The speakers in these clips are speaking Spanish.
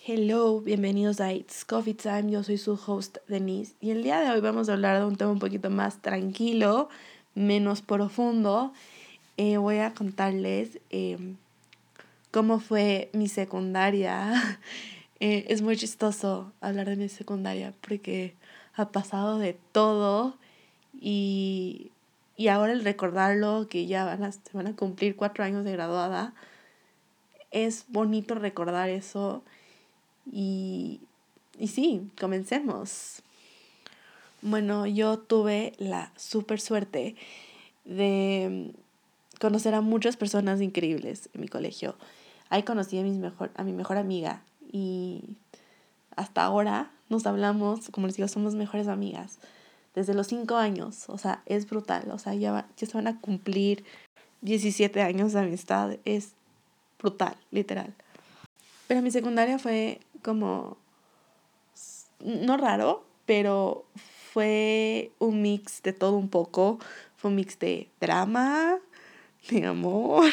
Hello, bienvenidos a It's Coffee Time, yo soy su host Denise y el día de hoy vamos a hablar de un tema un poquito más tranquilo, menos profundo. Voy a contarles cómo fue mi secundaria. Es muy chistoso hablar de mi secundaria porque ha pasado de todo y, y ahora el recordarlo, que ya se van a cumplir 4 años de graduada, es bonito recordar eso. Y sí, comencemos. Bueno, yo tuve la súper suerte de conocer a muchas personas increíbles en mi colegio. Ahí conocí a mi mejor amiga y hasta ahora nos hablamos, como les digo, somos mejores amigas. Desde los 5 años, o sea, es brutal. O sea, ya se van a cumplir 17 años de amistad. Es brutal, literal. Pero mi secundaria fue como no raro, pero fue un mix de todo un poco. Fue un mix de drama, de amor,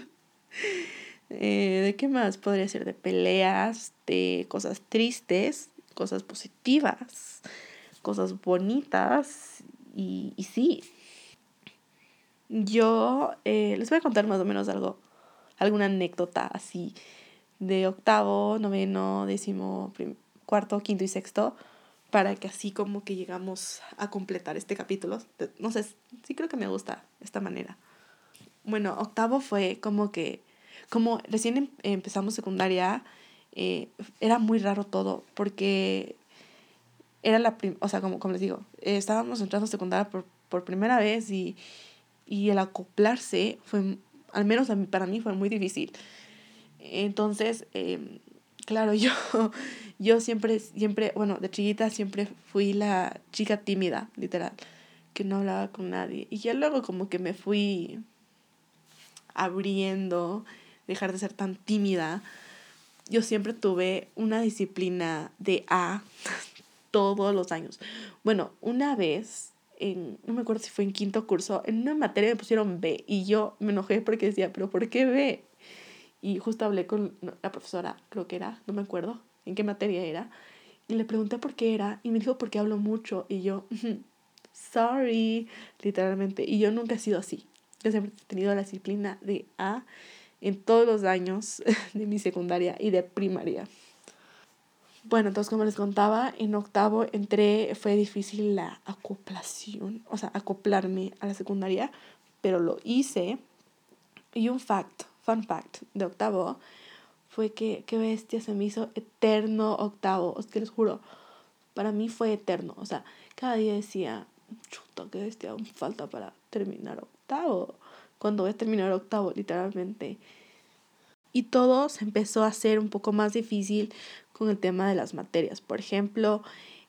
¿de qué más podría ser? De peleas, de cosas tristes, cosas positivas, cosas bonitas. Y sí, yo les voy a contar más o menos alguna anécdota así de octavo, noveno, décimo, cuarto, quinto y sexto, para que así como que llegamos a completar este capítulo. No sé, sí creo que me gusta esta manera. Bueno, octavo fue como recién empezamos secundaria, era muy raro todo, porque era o sea, como les digo, estábamos entrando a secundaria por primera vez y el acoplarse fue, al menos para mí fue muy difícil. Entonces, claro, yo siempre, bueno, de chiquita siempre fui la chica tímida, literal, que no hablaba con nadie. Y ya luego como que me fui abriendo, dejar de ser tan tímida. Yo siempre tuve una disciplina de A todos los años. Bueno, una vez, no me acuerdo si fue en quinto curso, en una materia me pusieron B y yo me enojé porque decía, ¿pero por qué B? Y justo hablé con la profesora, creo que era, no me acuerdo en qué materia era, y le pregunté por qué era, y me dijo porque hablo mucho, y yo, sorry, literalmente, y yo nunca he sido así. Yo siempre he tenido la disciplina de A en todos los años de mi secundaria y de primaria. Bueno, entonces como les contaba, en octavo fue difícil la acoplación, o sea, acoplarme a la secundaria, pero lo hice. Y fun fact de octavo, fue que, qué bestia, se me hizo eterno octavo. Es que les juro, para mí fue eterno. O sea, cada día decía, chuta, qué bestia, aún falta para terminar octavo. Cuando voy a terminar octavo, literalmente. Y todo se empezó a hacer un poco más difícil con el tema de las materias. Por ejemplo,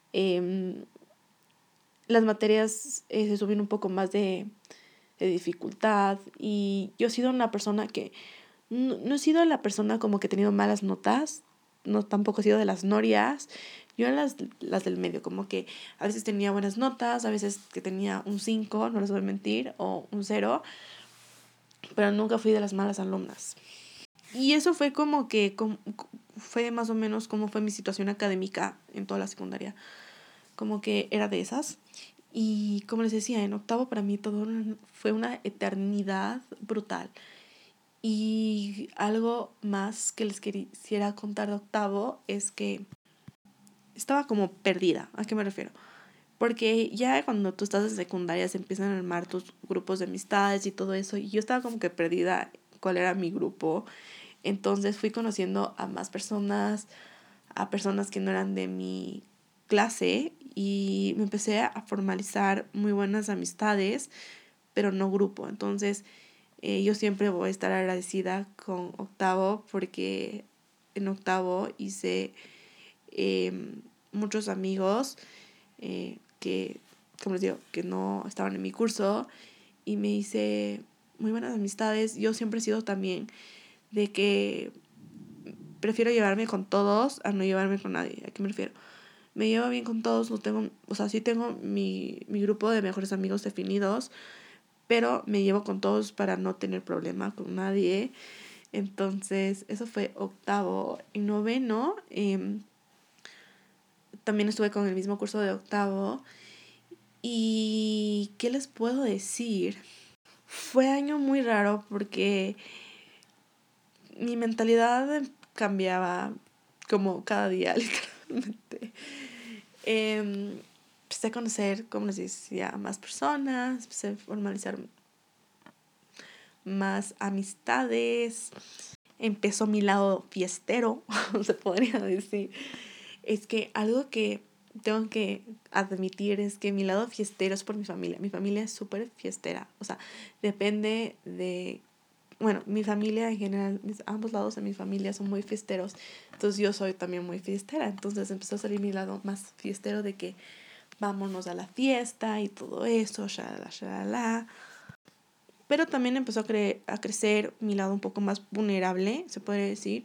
las materias se subieron un poco más de dificultad. Y yo he sido una persona que no he sido la persona como que he tenido malas notas, no tampoco he sido de las norias, yo era las del medio, como que a veces tenía buenas notas, a veces que tenía un 5, no les voy a mentir, o un 0, pero nunca fui de las malas alumnas. Y eso fue fue más o menos como fue mi situación académica en toda la secundaria, como que era de esas. Y como les decía, en octavo para mí todo fue una eternidad brutal. Y algo más que les quisiera contar de octavo es que estaba como perdida. ¿A qué me refiero? Porque ya cuando tú estás en secundaria se empiezan a armar tus grupos de amistades y todo eso. Y yo estaba como que perdida cuál era mi grupo. Entonces fui conociendo a más personas, a personas que no eran de mi clase. Y me empecé a formalizar muy buenas amistades, pero no grupo. Entonces yo siempre voy a estar agradecida con octavo porque en octavo hice muchos amigos que, como les digo, que no estaban en mi curso y me hice muy buenas amistades. Yo siempre he sido también de que prefiero llevarme con todos a no llevarme con nadie. ¿A qué me refiero? Me llevo bien con todos, no tengo, o sea, sí tengo mi grupo de mejores amigos definidos, pero me llevo con todos para no tener problema con nadie. Entonces, eso fue octavo. En noveno, también estuve con el mismo curso de octavo. ¿Y qué les puedo decir? Fue año muy raro porque mi mentalidad cambiaba como cada día, literalmente. Empecé a conocer, como les decía, más personas, empecé a formalizar más amistades, empezó mi lado fiestero, se podría decir. Es que algo que tengo que admitir es que mi lado fiestero es por mi familia. Mi familia es súper fiestera. O sea, depende de... Bueno, mi familia en general, ambos lados de mi familia son muy fiesteros. Entonces yo soy también muy fiestera. Entonces empezó a salir mi lado más fiestero de que vámonos a la fiesta y todo eso, shalala, shalala. Pero también empezó a crecer mi lado un poco más vulnerable, se podría decir.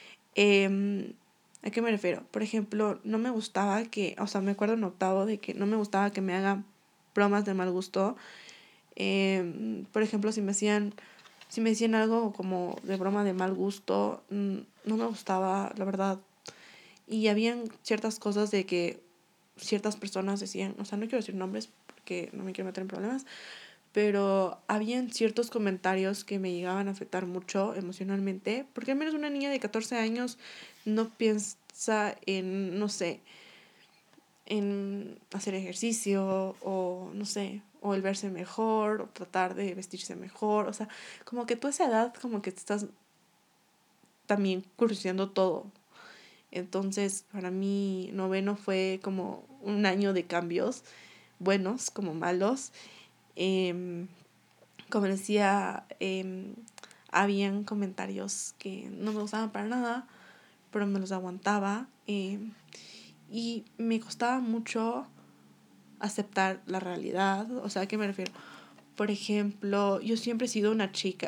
¿A qué me refiero? Por ejemplo, no me gustaba que, o sea, me acuerdo en octavo de que no me gustaba que me hagan bromas de mal gusto. Por ejemplo, si me decían algo como de broma de mal gusto, no me gustaba, la verdad. Y habían ciertas cosas de que ciertas personas decían, o sea, no quiero decir nombres porque no me quiero meter en problemas, pero habían ciertos comentarios que me llegaban a afectar mucho emocionalmente, porque al menos una niña de 14 años no piensa en, no sé, en hacer ejercicio o, no sé, o el verse mejor o tratar de vestirse mejor, o sea, como que tú a esa edad como que te estás también curioseando todo. Entonces, para mí, noveno fue como un año de cambios, buenos como malos. Eh, Como decía, habían comentarios que no me gustaban para nada, pero me los aguantaba. Y me costaba mucho aceptar la realidad. O sea, ¿a qué me refiero? Por ejemplo, yo siempre he sido una chica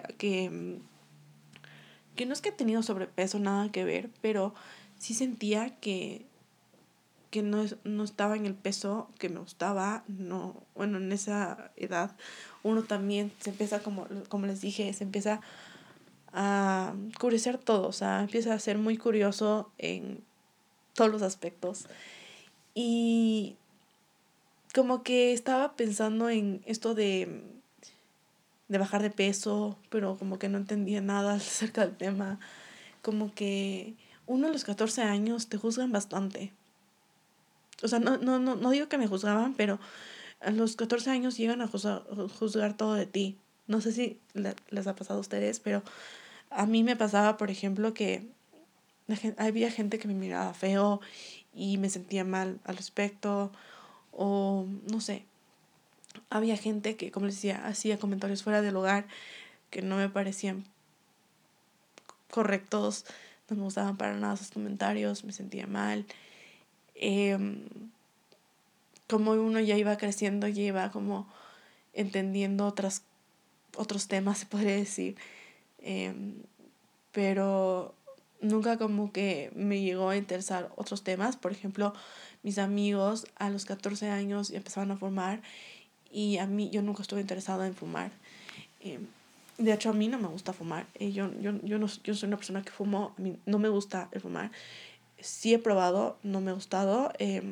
que no es que he tenido sobrepeso, nada que ver, pero sí sentía que no estaba en el peso que me gustaba. No, bueno, en esa edad uno también se empieza, como les dije, se empieza a curiosear todo, o sea, empieza a ser muy curioso en todos los aspectos. Y como que estaba pensando en esto de bajar de peso, pero como que no entendía nada acerca del tema. Como que uno a los 14 años te juzgan bastante. O sea, no digo que me juzgaban, pero a los 14 años llegan a juzgar todo de ti. No sé si les ha pasado a ustedes, pero a mí me pasaba, por ejemplo, que había gente que me miraba feo y me sentía mal al respecto, o no sé, había gente que, como les decía, hacía comentarios fuera del hogar que no me parecían correctos, no me gustaban para nada esos comentarios, me sentía mal. Como uno ya iba creciendo, ya iba como entendiendo otros temas, se podría decir, pero nunca como que me llegó a interesar otros temas. Por ejemplo, mis amigos a los 14 años empezaban a fumar y a mí yo nunca estuve interesada en fumar. De hecho, a mí no me gusta fumar. Yo soy una persona que fumo, a mí no me gusta el fumar. Sí he probado, no me ha gustado.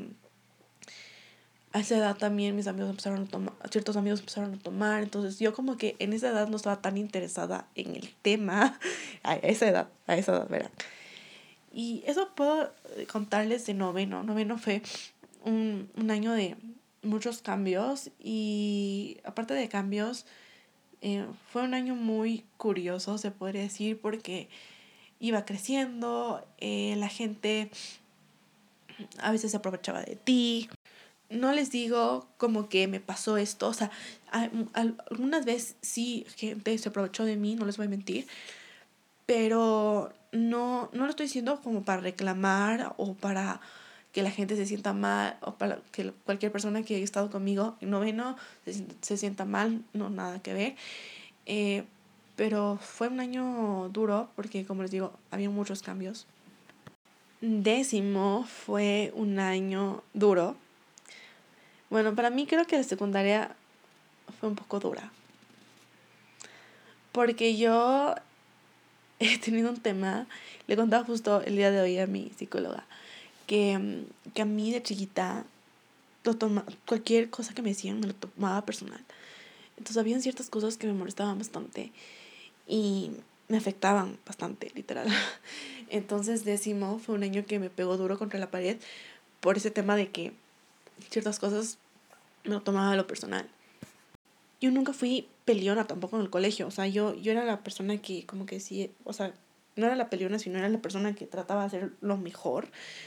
A esa edad también mis amigos empezaron a tomar, ciertos amigos empezaron a tomar, entonces yo como que en esa edad no estaba tan interesada en el tema, a esa edad, verán. Y eso puedo contarles de noveno. Noveno fue un año de muchos cambios y aparte de cambios, fue un año muy curioso, se podría decir, porque iba creciendo, la gente a veces se aprovechaba de ti. No les digo como que me pasó esto, o sea, algunas veces sí gente se aprovechó de mí, no les voy a mentir, pero no lo estoy diciendo como para reclamar o para que la gente se sienta mal o para que cualquier persona que haya estado conmigo en noveno se sienta mal, no, nada que ver. Eh, pero fue un año duro porque, como les digo, había muchos cambios. Décimo fue un año duro. Bueno, para mí creo que la secundaria fue un poco dura. Porque yo he tenido un tema, le contaba justo el día de hoy a mi psicóloga, que a mí de chiquita, cualquier cosa que me decían me lo tomaba personal. Entonces habían ciertas cosas que me molestaban bastante y me afectaban bastante, literal. Entonces 10º fue un año que me pegó duro contra la pared por ese tema de que ciertas cosas me lo tomaba a lo personal. Yo nunca fui peleona tampoco en el colegio. O sea, yo era la persona que como que sí, o sea, no era la peleona, sino era la persona que trataba de hacer lo mejor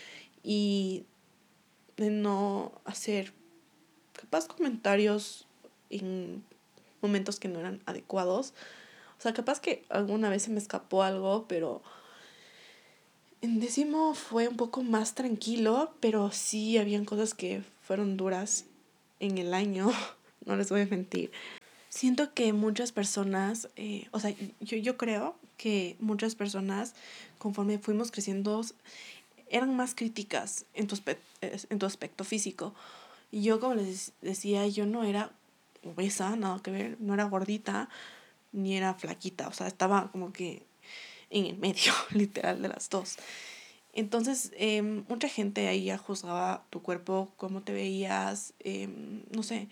y de no hacer capaz comentarios en momentos que no eran adecuados. O sea, capaz que alguna vez se me escapó algo, pero en 10º fue un poco más tranquilo, pero sí habían cosas que fueron duras en el año, no les voy a mentir. Siento que muchas personas, o sea, yo creo que muchas personas, conforme fuimos creciendo, eran más críticas en tu aspecto físico. Y yo, como les decía, yo no era obesa, nada que ver, no era gordita, ni era flaquita, o sea, estaba como que en el medio, literal, de las dos. Entonces, mucha gente ahí ya juzgaba tu cuerpo, cómo te veías, no sé,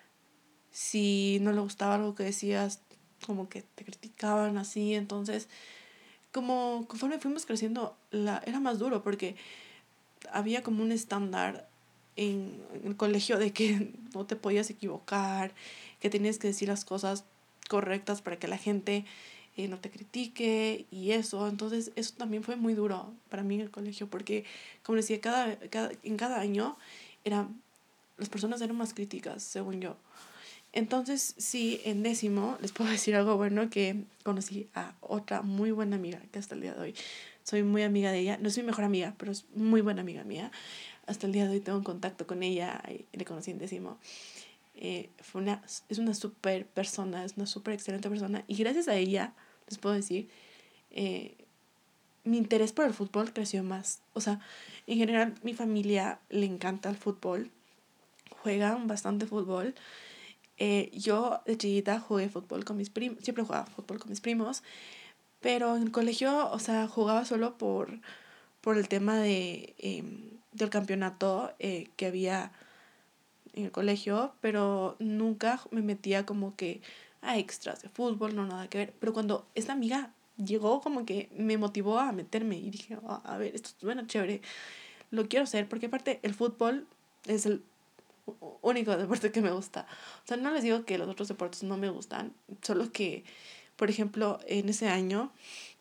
si no le gustaba algo que decías, como que te criticaban así. Entonces, como conforme fuimos creciendo, era más duro porque había como un estándar en el colegio de que no te podías equivocar, que tenías que decir las cosas correctas para que la gente no te critique y eso. Entonces eso también fue muy duro para mí en el colegio porque, como decía, en cada año las personas eran más críticas, según yo. Entonces, sí, en 10º les puedo decir algo bueno, que conocí a otra muy buena amiga que hasta el día de hoy soy muy amiga de ella. No soy mi mejor amiga, pero es muy buena amiga mía. Hasta el día de hoy tengo un contacto con ella y le conocí en 10º. Es una súper persona, es una súper excelente persona. Y gracias a ella, les puedo decir, eh, mi interés por el fútbol creció más. O sea, en general, mi familia le encanta el fútbol. Juegan bastante fútbol. Yo de chiquita jugué fútbol con mis primos, siempre jugaba fútbol con mis primos, pero en el colegio, o sea, jugaba solo por el tema del campeonato que había en el colegio, pero nunca me metía como que a extras de fútbol, no nada que ver. Pero cuando esta amiga llegó, como que me motivó a meterme y dije, a ver, esto es bueno, chévere, lo quiero hacer, porque aparte el fútbol es el único deporte que me gusta. O sea, no les digo que los otros deportes no me gustan, solo que, por ejemplo, en ese año,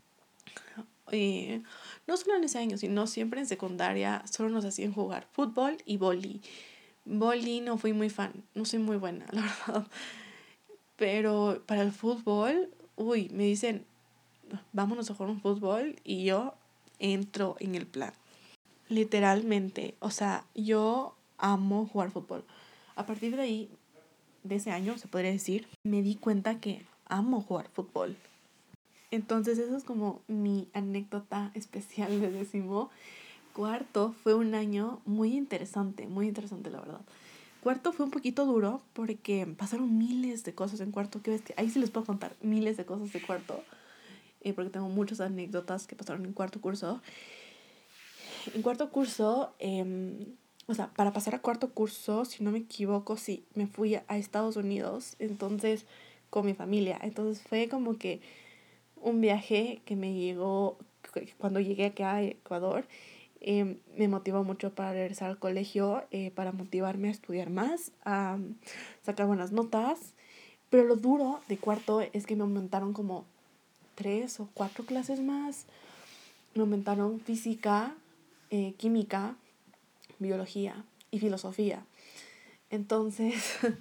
eh, no solo en ese año, sino siempre en secundaria, solo nos hacían jugar fútbol y vóley. Vóley no fui muy fan, no soy muy buena, la verdad. Pero para el fútbol, uy, me dicen, vámonos a jugar un fútbol y yo entro en el plan. Literalmente, o sea, yo amo jugar fútbol. A partir de ahí, de ese año, se podría decir, me di cuenta que amo jugar fútbol. Entonces, eso es como mi anécdota especial de 10º. Fue un año muy interesante la verdad. Cuarto fue un poquito duro porque pasaron miles de cosas en cuarto. Qué bestia. Ahí sí les puedo contar miles de cosas de cuarto, porque tengo muchas anécdotas que pasaron en cuarto curso. En cuarto curso, o sea, para pasar a cuarto curso, si no me equivoco, sí, me fui a Estados Unidos, entonces, con mi familia. Entonces fue como que un viaje que me llegó, cuando llegué acá a Ecuador, me motivó mucho para regresar al colegio, para motivarme a estudiar más, a sacar buenas notas. Pero lo duro de cuarto es que me aumentaron como 3 o 4 clases más. Me aumentaron física, química, biología y filosofía. Entonces,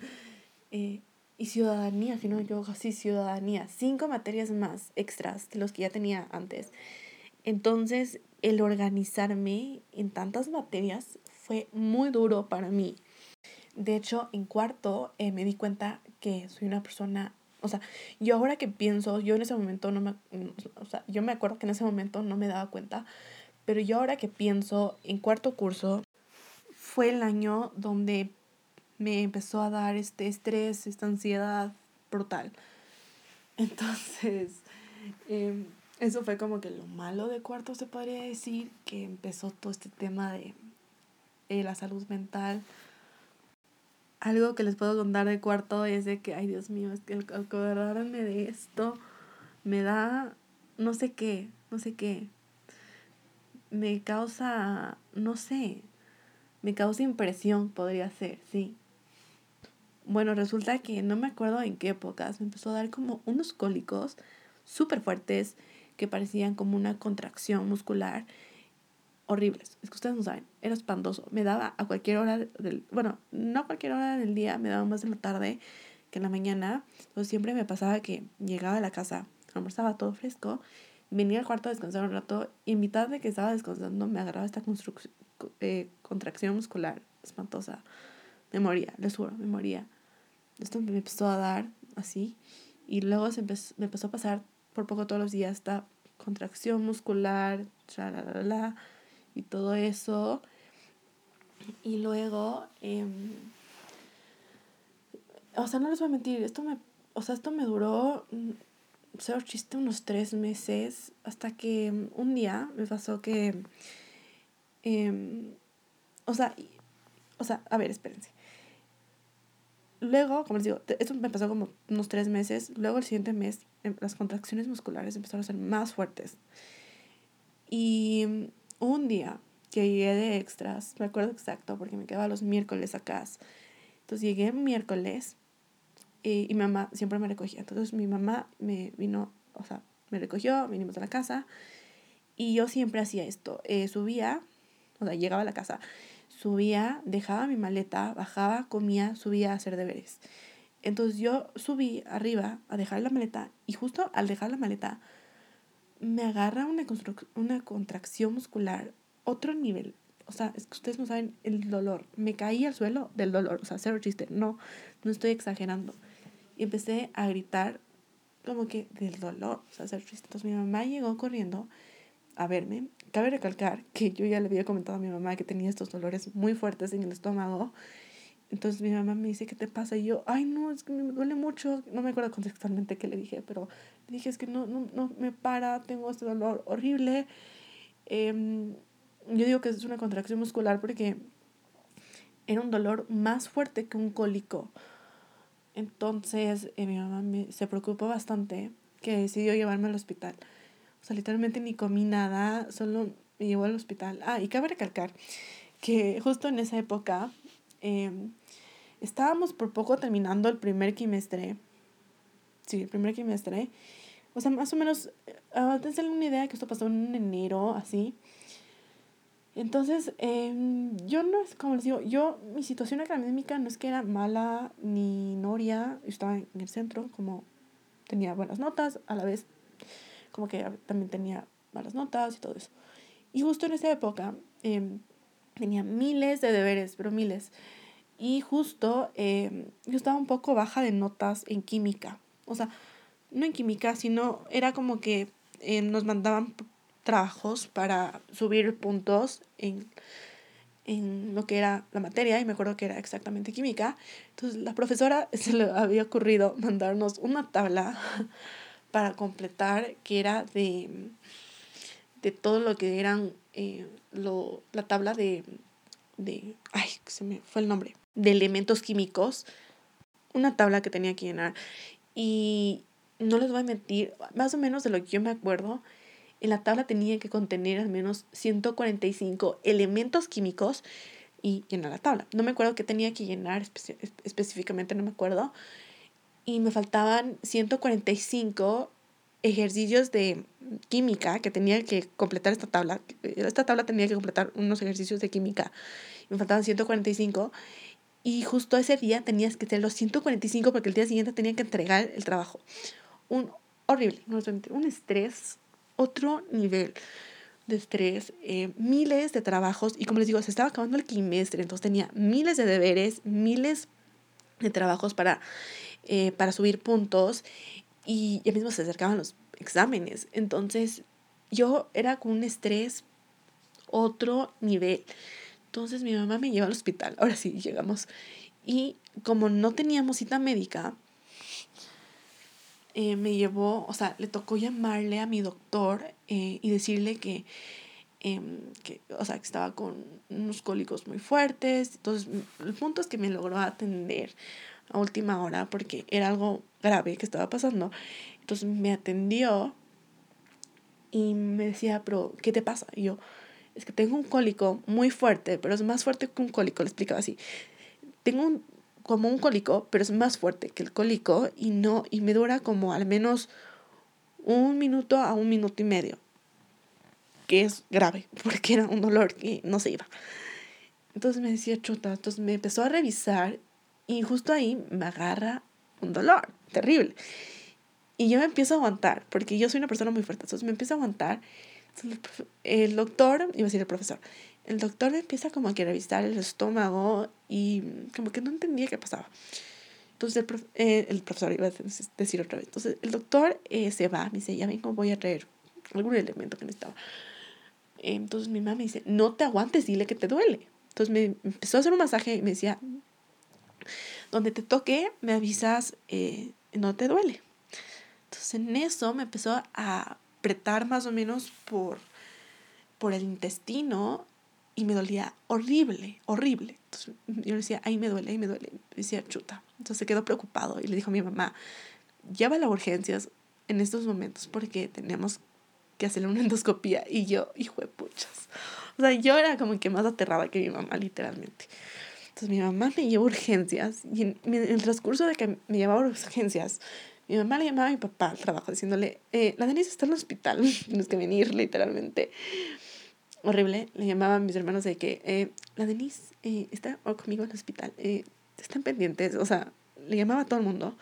y ciudadanía, si no me equivoco, sí, ciudadanía. 5 materias más extras de los que ya tenía antes. Entonces, el organizarme en tantas materias fue muy duro para mí. De hecho, en cuarto me di cuenta que soy una persona, o sea, yo ahora que pienso, yo en ese momento o sea, yo me acuerdo que en ese momento no me daba cuenta, pero yo ahora que pienso, en cuarto curso fue el año donde me empezó a dar este estrés, esta ansiedad brutal. Entonces, eso fue como que lo malo de cuarto, se podría decir, que empezó todo este tema de la salud mental. Algo que les puedo contar de cuarto es de que, ay Dios mío, es que al acordarme de esto me da no sé qué, me causa, no sé, me causa impresión, podría ser, sí. Bueno, resulta que no me acuerdo en qué épocas me empezó a dar como unos cólicos súper fuertes que parecían como una contracción muscular horribles. Es que ustedes no saben, era espantoso. Me daba a cualquier hora del, bueno, no a cualquier hora del día, me daba más en la tarde que en la mañana. Entonces siempre me pasaba que llegaba a la casa, almorzaba todo fresco, venía al cuarto a descansar un rato y en mitad de que estaba descansando me agarraba esta contracción muscular espantosa. Me moría, les juro, me moría. Esto me empezó a dar así y luego me empezó a pasar por poco todos los días esta contracción muscular, y todo eso. Y luego, o sea, no les voy a mentir, esto me duró, cero chiste, unos 3 meses, hasta que un día me pasó que, eh, o sea, a ver, espérense. Luego, como les digo, esto me pasó como unos 3 meses. Luego, el siguiente mes, las contracciones musculares empezaron a ser más fuertes. Y un día que llegué de extras, me acuerdo exacto, porque me quedaba los miércoles acá. Entonces llegué miércoles y mi mamá siempre me recogía. Entonces mi mamá me vino, o sea, me recogió, vinimos a la casa y yo siempre hacía esto. Subía, o sea, llegaba a la casa, subía, dejaba mi maleta, bajaba, comía, subía a hacer deberes. Entonces yo subí arriba a dejar la maleta y justo al dejar la maleta me agarra una contracción muscular, otro nivel. O sea, es que ustedes no saben el dolor. Me caí al suelo del dolor, o sea, cero chiste, no estoy exagerando. Y empecé a gritar como que del dolor, o sea, cero chiste. Entonces mi mamá llegó corriendo a verme. Cabe recalcar que yo ya le había comentado a mi mamá que tenía estos dolores muy fuertes en el estómago. Entonces mi mamá me dice, ¿qué te pasa? Y yo, ay, no, es que me duele mucho. No me acuerdo contextualmente qué le dije, pero le dije, es que no me para, tengo este dolor horrible. Yo digo que es una contracción muscular porque era un dolor más fuerte que un cólico. Entonces mi mamá se preocupó bastante que decidió llevarme al hospital. O sea, literalmente ni comí nada, solo me llevó al hospital. Ah, y cabe recalcar que justo en esa época eh, estábamos por poco terminando el primer quimestre. Sí, el primer quimestre. O sea, más o menos, dense una idea que esto pasó en enero, así. Entonces, yo no es como les digo, mi situación académica no es que era mala ni noria. Yo estaba en el centro, como tenía buenas notas, a la vez como que también tenía malas notas y todo eso. Y justo en esa época tenía miles de deberes, pero miles. Y justo yo estaba un poco baja de notas en química. O sea, no en química, sino era como que nos mandaban trabajos para subir puntos en lo que era la materia, y me acuerdo que era exactamente química. Entonces la profesora se le había ocurrido mandarnos una tabla para completar, que era de todo lo que eran la tabla ay, se me fue el nombre, de elementos químicos, una tabla que tenía que llenar. Y no les voy a mentir, más o menos de lo que yo me acuerdo, en la tabla tenía que contener al menos 145 elementos químicos y llenar la tabla. No me acuerdo qué tenía que llenar específicamente, no me acuerdo. Y me faltaban 145 ejercicios de química que tenía que completar esta tabla. Esta tabla tenía que completar unos ejercicios de química. Me faltaban 145 y justo ese día tenías que hacer los 145 porque el día siguiente tenía que entregar el trabajo. Horrible, no les voy a mentir, un estrés, otro nivel de estrés, miles de trabajos y como les digo, se estaba acabando el quimestre, entonces tenía miles de deberes, miles de trabajos para subir puntos y ya mismo se acercaban los exámenes. Entonces yo era con un estrés otro nivel. Entonces mi mamá me lleva al hospital. Ahora sí, llegamos. Y como no teníamos cita médica, me llevó, o sea, le tocó llamarle a mi doctor y decirle o sea, que estaba con unos cólicos muy fuertes. Entonces, el punto es que me logró atender a última hora porque era algo grave que estaba pasando. Entonces me atendió y me decía, pero ¿qué te pasa? Y yo, es que tengo un cólico muy fuerte, pero es más fuerte que un cólico, le explicaba así. Tengo como un cólico, pero es más fuerte que el cólico y me dura como al menos 1 minuto a 1 minuto y medio, que es grave, porque era un dolor que no se iba. Entonces me decía, chuta, entonces me empezó a revisar y justo ahí me agarra un dolor terrible. Y yo me empiezo a aguantar, porque yo soy una persona muy fuerte, entonces me empiezo a aguantar. Entonces el doctor, iba a decir el profesor, el doctor me empieza como a que revisar el estómago y como que no entendía qué pasaba. Entonces el profesor iba a decir otra vez. Entonces el doctor se va, me dice, ya vengo, voy a traer algún elemento que necesitaba. Entonces mi mamá me dice, no te aguantes, dile que te duele. Entonces me empezó a hacer un masaje y me decía, donde te toque, me avisas, no te duele. Entonces en eso me empezó a apretar más o menos por el intestino y me dolía horrible, horrible. Entonces yo le decía, ahí me duele, ahí me duele. Me decía, chuta. Entonces se quedó preocupado y le dijo a mi mamá, llévala a urgencias en estos momentos porque tenemos que hacerle una endoscopía. Y yo, hijo de puchas. O sea, yo era como que más aterrada que mi mamá, literalmente. Entonces mi mamá me llevó a urgencias y en el transcurso de que me llevaba a urgencias, mi mamá le llamaba a mi papá al trabajo diciéndole, la Denise está en el hospital, tienes que venir, literalmente. Horrible. Le llamaba a mis hermanos de que, la Denise está conmigo en el hospital, están pendientes, o sea, le llamaba a todo el mundo.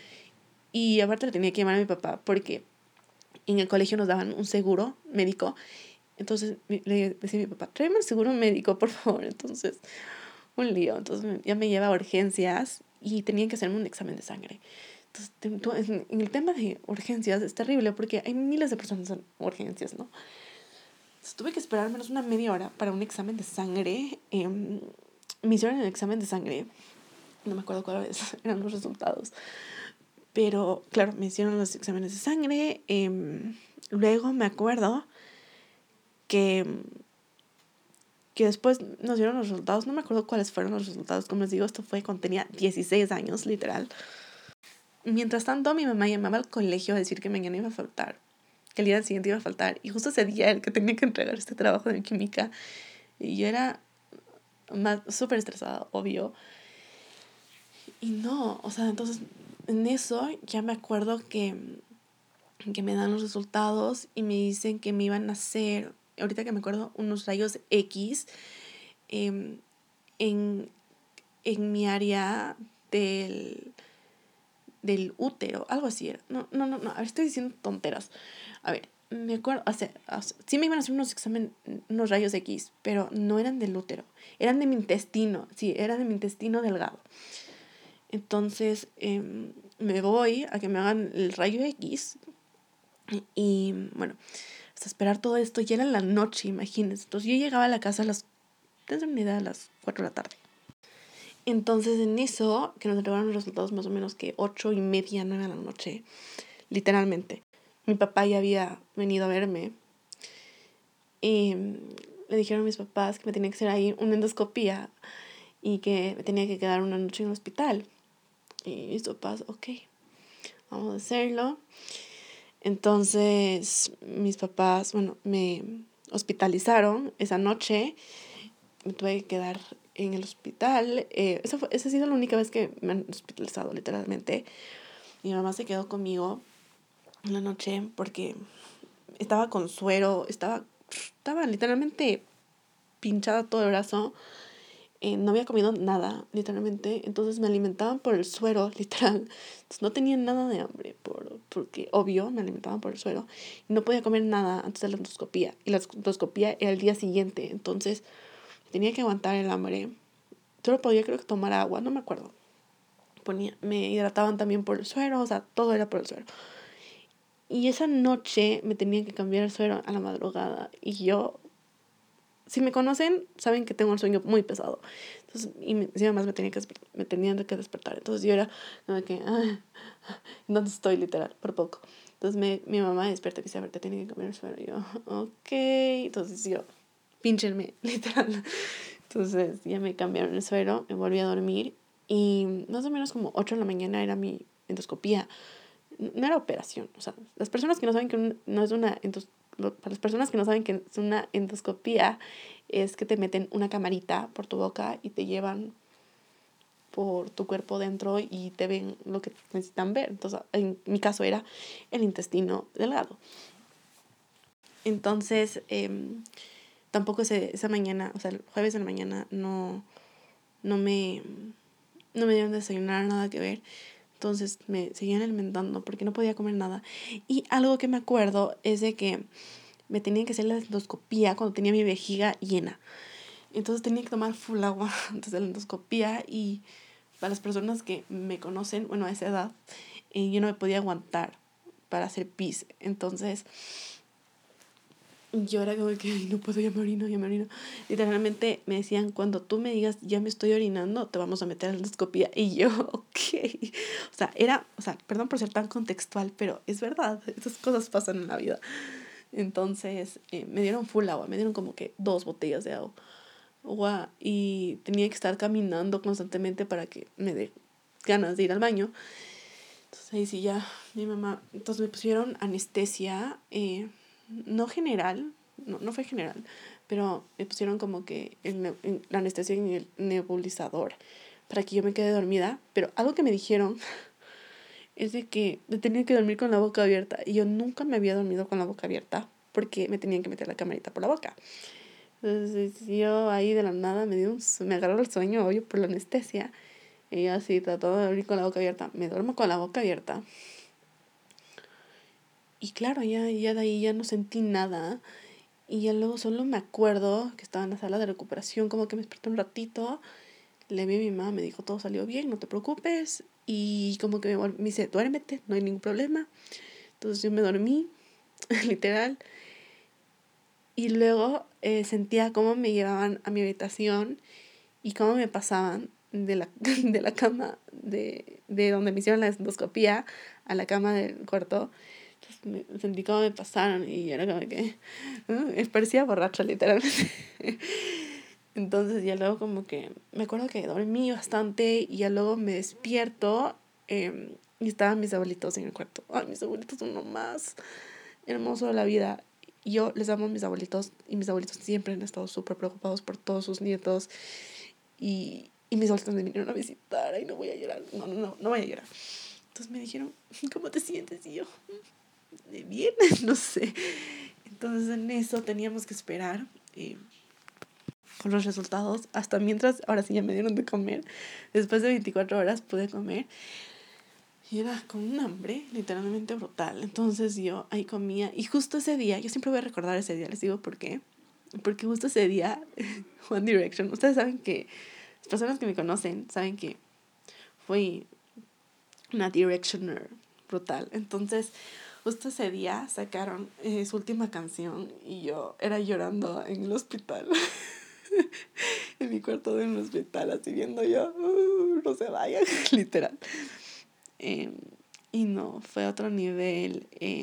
Y aparte le tenía que llamar a mi papá porque en el colegio nos daban un seguro médico. Entonces le decía a mi papá, tráeme el seguro médico, por favor. Entonces, un lío. Entonces ya me lleva a urgencias y tenían que hacerme un examen de sangre. Entonces, en el tema de urgencias es terrible porque hay miles de personas en urgencias, ¿no? Entonces, tuve que esperar menos una media hora para un examen de sangre. Me hicieron el examen de sangre. No me acuerdo cuáles eran los resultados. Pero, claro, me hicieron los exámenes de sangre. Luego me acuerdo que, que después nos dieron los resultados. No me acuerdo cuáles fueron los resultados. Como les digo, esto fue cuando tenía 16 años, literal. Mientras tanto, mi mamá llamaba al colegio a decir que mañana iba a faltar, que el día siguiente iba a faltar. Y justo ese día el que tenía que entregar este trabajo de química. Y yo era súper estresada, obvio. Y no, o sea, entonces en eso ya me acuerdo que me dan los resultados y me dicen que me iban a hacer, ahorita que me acuerdo, unos rayos X eh, en, en mi área del útero, algo así era. No, a ver, estoy diciendo tonteras. A ver, me acuerdo, sí me iban a hacer unos rayos X, pero no eran del útero, eran de mi intestino, sí, eran de mi intestino delgado. Entonces me voy a que me hagan el rayo X y bueno, hasta esperar todo esto, ya era la noche, imagínense. Entonces yo llegaba a la casa tengo una idea, a las 4 de la tarde. Entonces en eso, que nos entregaron los resultados más o menos que 8:30, 9 de la noche, literalmente. Mi papá ya había venido a verme y le dijeron a mis papás que me tenía que hacer ahí una endoscopía y que me tenía que quedar una noche en el hospital. Y mis papás, ok, vamos a hacerlo. Entonces mis papás, bueno, me hospitalizaron esa noche. Me tuve que quedar en el hospital. Esa ha sido la única vez que me han hospitalizado, literalmente. Mi mamá se quedó conmigo en la noche porque estaba con suero, estaba literalmente pinchada todo el brazo. No había comido nada, literalmente. Entonces me alimentaban por el suero, literal. Entonces no tenía nada de hambre, porque obvio me alimentaban por el suero. Y no podía comer nada antes de la endoscopía. Y la endoscopía era el día siguiente. Entonces tenía que aguantar el hambre. Solo podía, creo que, tomar agua, no me acuerdo. Me hidrataban también por el suero, o sea, todo era por el suero. Y esa noche me tenían que cambiar el suero a la madrugada. Y yo si me conocen, saben que tengo un sueño muy pesado. Entonces, y encima más me tenían que despertar. Entonces yo era como que, ¿dónde estoy? Literal, por poco. Entonces mi mamá despierta y dice, a ver, te tiene que cambiar el suero. Y yo, ok. Entonces yo, pínchenme, literal. Entonces ya me cambiaron el suero, me volví a dormir. Y más o menos como 8 de la mañana era mi endoscopía. No era operación. O sea, las personas que no saben que no es una para las personas que no saben que es una endoscopía, es que te meten una camarita por tu boca y te llevan por tu cuerpo dentro y te ven lo que necesitan ver. Entonces, en mi caso era el intestino delgado. Entonces, tampoco esa mañana, o sea, el jueves de la mañana no me dieron desayunar, nada que ver. Entonces me seguían alimentando porque no podía comer nada. Y algo que me acuerdo es de que me tenían que hacer la endoscopía cuando tenía mi vejiga llena. Entonces tenía que tomar full agua antes de la endoscopía. Y para las personas que me conocen, bueno, a esa edad, yo no me podía aguantar para hacer pis. Entonces yo era como que no puedo, ya me orino. Literalmente me decían, cuando tú me digas ya me estoy orinando, te vamos a meter a la endoscopía. Y yo, ok. O sea, perdón por ser tan contextual, pero es verdad, esas cosas pasan en la vida. Entonces me dieron full agua, me dieron como que 2 botellas de agua y tenía que estar caminando constantemente para que me dé ganas de ir al baño. Entonces ahí sí ya mi mamá, entonces me pusieron anestesia, no general, no fue general, pero me pusieron como que la anestesia en el nebulizador para que yo me quede dormida. Pero algo que me dijeron es de que me tenía que dormir con la boca abierta. Y yo nunca me había dormido con la boca abierta porque me tenían que meter la camarita por la boca. Entonces yo ahí de la nada me agarró el sueño, obvio, por la anestesia. Y yo así tratando de dormir con la boca abierta. Me duermo con la boca abierta. Y claro, ya de ahí ya no sentí nada. Y ya luego solo me acuerdo que estaba en la sala de recuperación, como que me desperté un ratito. Le vi a mi mamá, me dijo, todo salió bien, no te preocupes. Y como que me dice, duérmete, no hay ningún problema. Entonces yo me dormí, literal. Y luego sentía cómo me llevaban a mi habitación y cómo me pasaban de la cama de donde me hicieron la endoscopía a la cama del cuarto. Entonces sentí cómo me pasaron y era como que parecía borracha, literalmente. Entonces ya luego como que me acuerdo que dormí bastante y ya luego me despierto y estaban mis abuelitos en el cuarto. Ay, mis abuelitos son lo más hermoso de la vida. Yo les amo a mis abuelitos y mis abuelitos siempre han estado súper preocupados por todos sus nietos y mis abuelitos me vinieron a visitar. Ay, no voy a llorar, no voy a llorar. Entonces me dijeron, ¿cómo te sientes? Y yo, bien, no sé. Entonces en eso teníamos que esperar con los resultados hasta mientras, ahora sí ya me dieron de comer. Después de 24 horas pude comer y era con un hambre literalmente brutal. Entonces yo ahí comía y justo ese día, yo siempre voy a recordar ese día, les digo por qué. Porque justo ese día, One Direction, ustedes saben que, las personas que me conocen saben que fui una Directioner brutal. Entonces justo ese día sacaron su última canción y yo era llorando en el hospital. En mi cuarto de un hospital, así viendo yo, no se vayan, literal. Y no, fue otro nivel.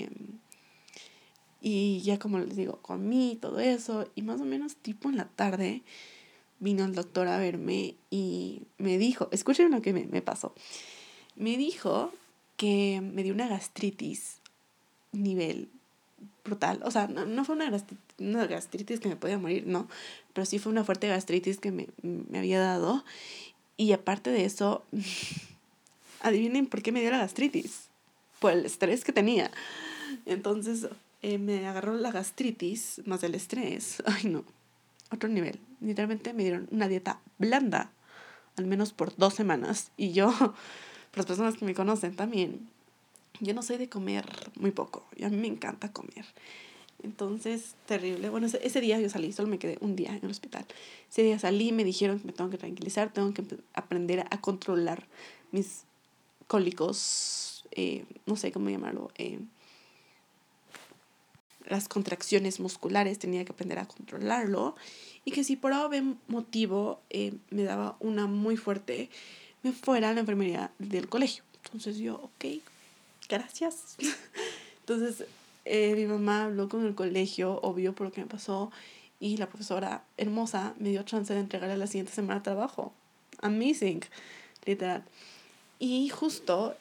Y ya como les digo, comí todo eso. Y más o menos tipo en la tarde vino el doctor a verme y me dijo, escuchen lo que me pasó. Me dijo que me dio una gastritis nivel brutal. O sea, no fue una gastritis que me podía morir, no. Pero sí fue una fuerte gastritis que me había dado. Y aparte de eso, adivinen por qué me dio la gastritis. Por el estrés que tenía. Entonces me agarró la gastritis más el estrés. Ay, no. Otro nivel. Literalmente me dieron una dieta blanda. Al menos por 2 semanas. Y yo, por las personas que me conocen también, yo no soy de comer muy poco. Y a mí me encanta comer. Entonces, terrible. Bueno, ese día yo salí, solo me quedé un día en el hospital. Ese día salí, me dijeron que me tengo que tranquilizar, tengo que aprender a controlar mis cólicos, no sé cómo llamarlo, las contracciones musculares, tenía que aprender a controlarlo y que si por algún motivo me daba una muy fuerte, me fuera a la enfermería del colegio. Entonces yo, ok, gracias. Entonces mi mamá habló con el colegio, obvio por lo que me pasó, y la profesora hermosa me dio chance de entregarle la siguiente semana trabajo. Amazing, literal. Y justo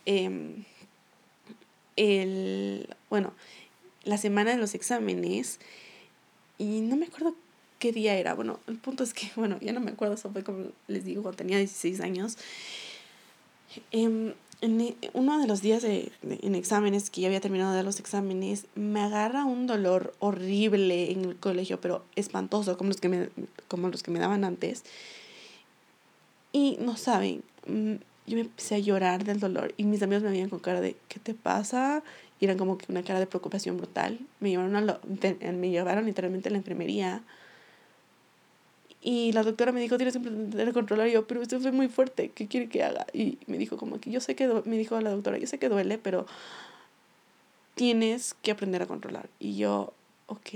la semana de los exámenes, y no me acuerdo qué día era. Bueno, el punto es que, ya no me acuerdo, eso fue como les digo, cuando tenía 16 años. En uno de los días en exámenes, que ya había terminado de dar los exámenes, me agarra un dolor horrible en el colegio, pero espantoso, como los que me daban antes. Y no saben, yo me empecé a llorar del dolor y mis amigos me veían con cara de ¿qué te pasa? Y eran como que una cara de preocupación brutal. Me llevaron literalmente a la enfermería. Y la doctora me dijo, tienes que aprender a controlar. Y yo, pero esto fue muy fuerte, ¿qué quiere que haga? Y me dijo como que me dijo la doctora, yo sé que duele, pero tienes que aprender a controlar. Y yo, ok,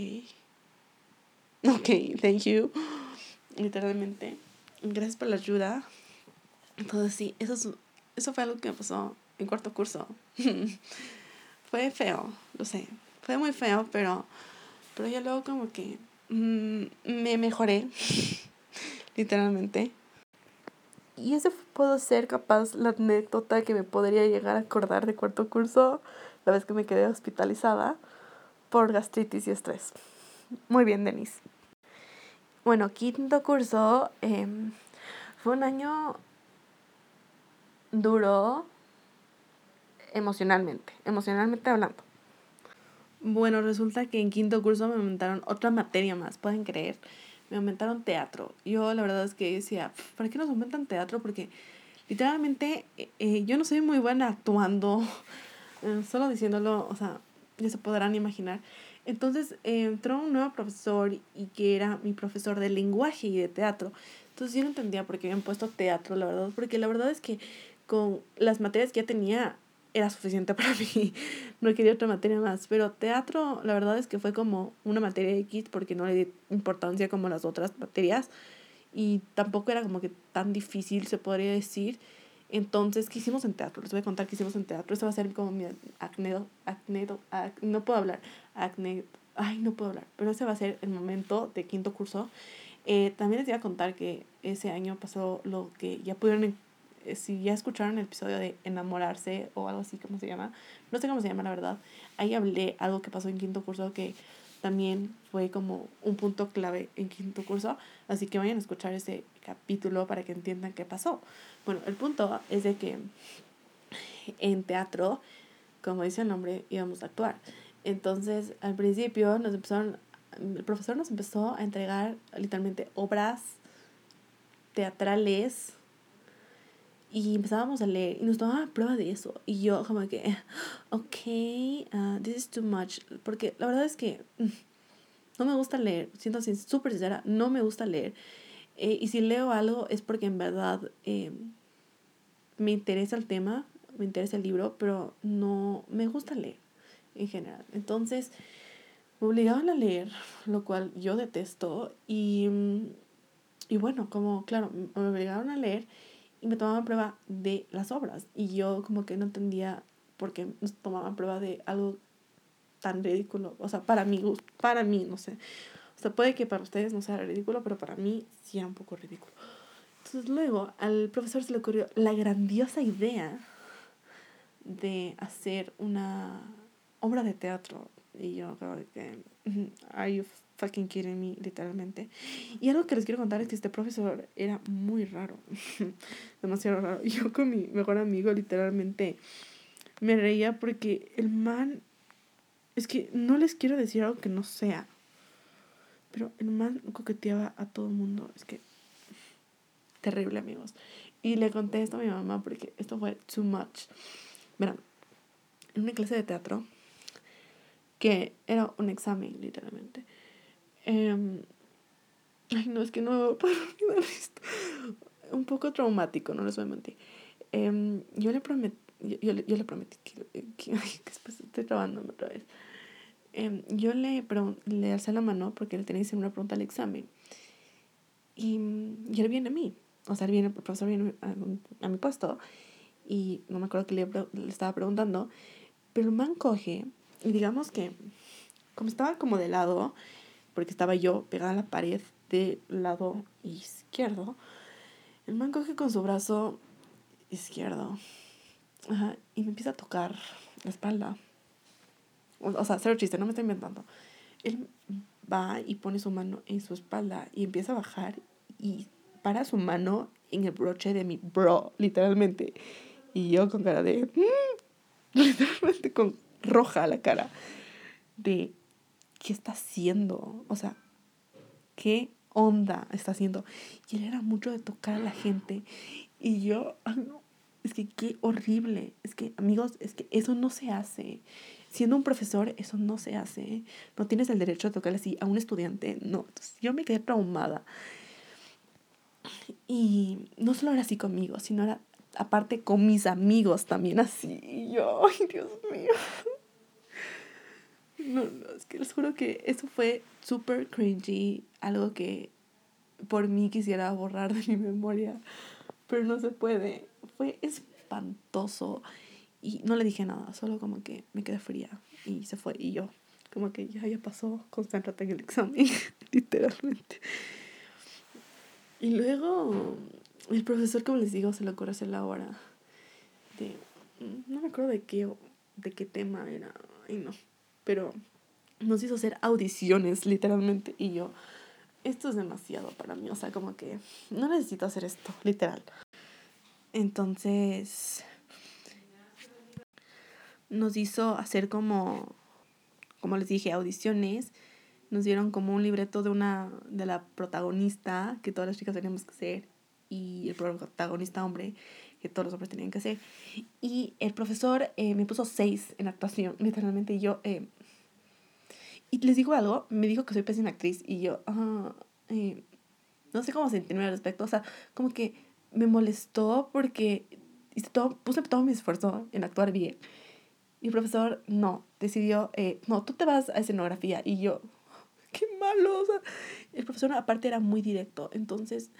thank you. Literalmente, gracias por la ayuda. Entonces sí, eso fue algo que me pasó en cuarto curso. Fue feo, lo sé. Fue muy feo, pero ya luego como que me mejoré, literalmente. Y ese puedo ser capaz la anécdota que me podría llegar a acordar de cuarto curso, la vez que me quedé hospitalizada por gastritis y estrés. Muy bien, Denise. Bueno, quinto curso fue un año duro emocionalmente hablando. Bueno, resulta que en quinto curso me aumentaron otra materia más, ¿pueden creer? Me aumentaron teatro. Yo la verdad es que decía, ¿para qué nos aumentan teatro? Porque literalmente yo no soy muy buena actuando, solo diciéndolo, o sea, ya se podrán imaginar. Entonces entró un nuevo profesor y que era mi profesor de lenguaje y de teatro. Entonces yo no entendía por qué habían puesto teatro, la verdad, porque la verdad es que con las materias que ya tenía era suficiente para mí. No quería otra materia más. Pero teatro, la verdad es que fue como una materia X porque no le di importancia como las otras materias. Y tampoco era como que tan difícil, se podría decir. Entonces, ¿qué hicimos en teatro? Les voy a contar qué hicimos en teatro. Esto va a ser como mi no puedo hablar. No puedo hablar. Pero ese va a ser el momento de quinto curso. También les voy a contar que ese año pasó lo que ya pudieron, si ya escucharon el episodio de enamorarse o algo así, ¿cómo se llama? No sé cómo se llama, la verdad. Ahí hablé algo que pasó en quinto curso que también fue como un punto clave en quinto curso. Así que vayan a escuchar ese capítulo para que entiendan qué pasó. Bueno, el punto es de que en teatro, como dice el nombre, íbamos a actuar. Entonces, al principio el profesor nos empezó a entregar literalmente obras teatrales y empezábamos a leer y nos tomaban prueba de eso. Y yo como que, this is too much. Porque la verdad es que no me gusta leer, siento así súper sincera, no me gusta leer. Y si leo algo es porque en verdad me interesa el tema, me interesa el libro, pero no me gusta leer en general. Entonces me obligaban a leer, lo cual yo detesto. Y bueno, como claro, me obligaron a leer y me tomaban prueba de las obras. Y yo como que no entendía por qué nos tomaban prueba de algo tan ridículo. O sea, para mí, no sé. O sea, puede que para ustedes no sea ridículo, pero para mí sí era un poco ridículo. Entonces luego al profesor se le ocurrió la grandiosa idea de hacer una obra de teatro. Y yo creo que, are you fucking kidding me, literalmente. Y algo que les quiero contar es que este profesor era muy raro. Demasiado raro. Yo con mi mejor amigo literalmente me reía porque el man, es que no les quiero decir algo que no sea, pero el man coqueteaba a todo el mundo. Es que terrible, amigos. Y le conté esto a mi mamá porque esto fue too much. Verán, en una clase de teatro, que era un examen, literalmente. No, es que no me voy a poder olvidar esto. Un poco traumático, no les voy a mentir. Yo le prometí que después estoy trabándome otra vez. Yo le alcé la mano porque él tenía que hacer una pregunta al examen. Y él viene a mí. O sea, el profesor viene a mi puesto. Y no me acuerdo que le estaba preguntando. Pero el man coge. Y digamos que, como estaba como de lado, porque estaba yo pegada a la pared del lado izquierdo, el man coge con su brazo izquierdo. Ajá, y me empieza a tocar la espalda. O sea, cero chiste, no me estoy inventando. Él va y pone su mano en su espalda y empieza a bajar y para su mano en el broche de mi bro, literalmente. Y yo con cara de... literalmente con roja la cara. De... ¿Qué está haciendo? O sea, ¿qué onda está haciendo? Y él era mucho de tocar a la gente. Y yo... Ay, no, es que qué horrible. Es que, amigos, es que eso no se hace. Siendo un profesor, eso no se hace. No tienes el derecho de tocarle así a un estudiante. No. Entonces, yo me quedé traumada. Y no solo era así conmigo, sino era aparte con mis amigos también así. Y yo, ay, Dios mío. No, es que les juro que eso fue súper cringy. Algo que por mí quisiera borrar de mi memoria. Pero no se puede. Fue espantoso. Y no le dije nada, solo como que me quedé fría. Y se fue. Y yo, como que ya pasó, concéntrate en el examen. Literalmente. Y luego, el profesor, como les digo, se le ocurre hacer la hora de... No me acuerdo de qué tema era. Ay, no. Pero nos hizo hacer audiciones, literalmente. Y yo, esto es demasiado para mí. O sea, como que no necesito hacer esto, literal. Entonces, nos hizo hacer como les dije, audiciones. Nos dieron como un libreto de la protagonista que todas las chicas teníamos que hacer y el protagonista hombre que todos los hombres tenían que hacer. Y el profesor me puso 6 en actuación, literalmente. Y yo, y les digo algo, me dijo que soy pésima actriz y yo, no sé cómo sentirme al respecto. O sea, como que me molestó porque puse todo mi esfuerzo en actuar bien. Y el profesor no, decidió, no, tú te vas a escenografía. Y yo, qué malo. O sea, el profesor aparte era muy directo. Entonces,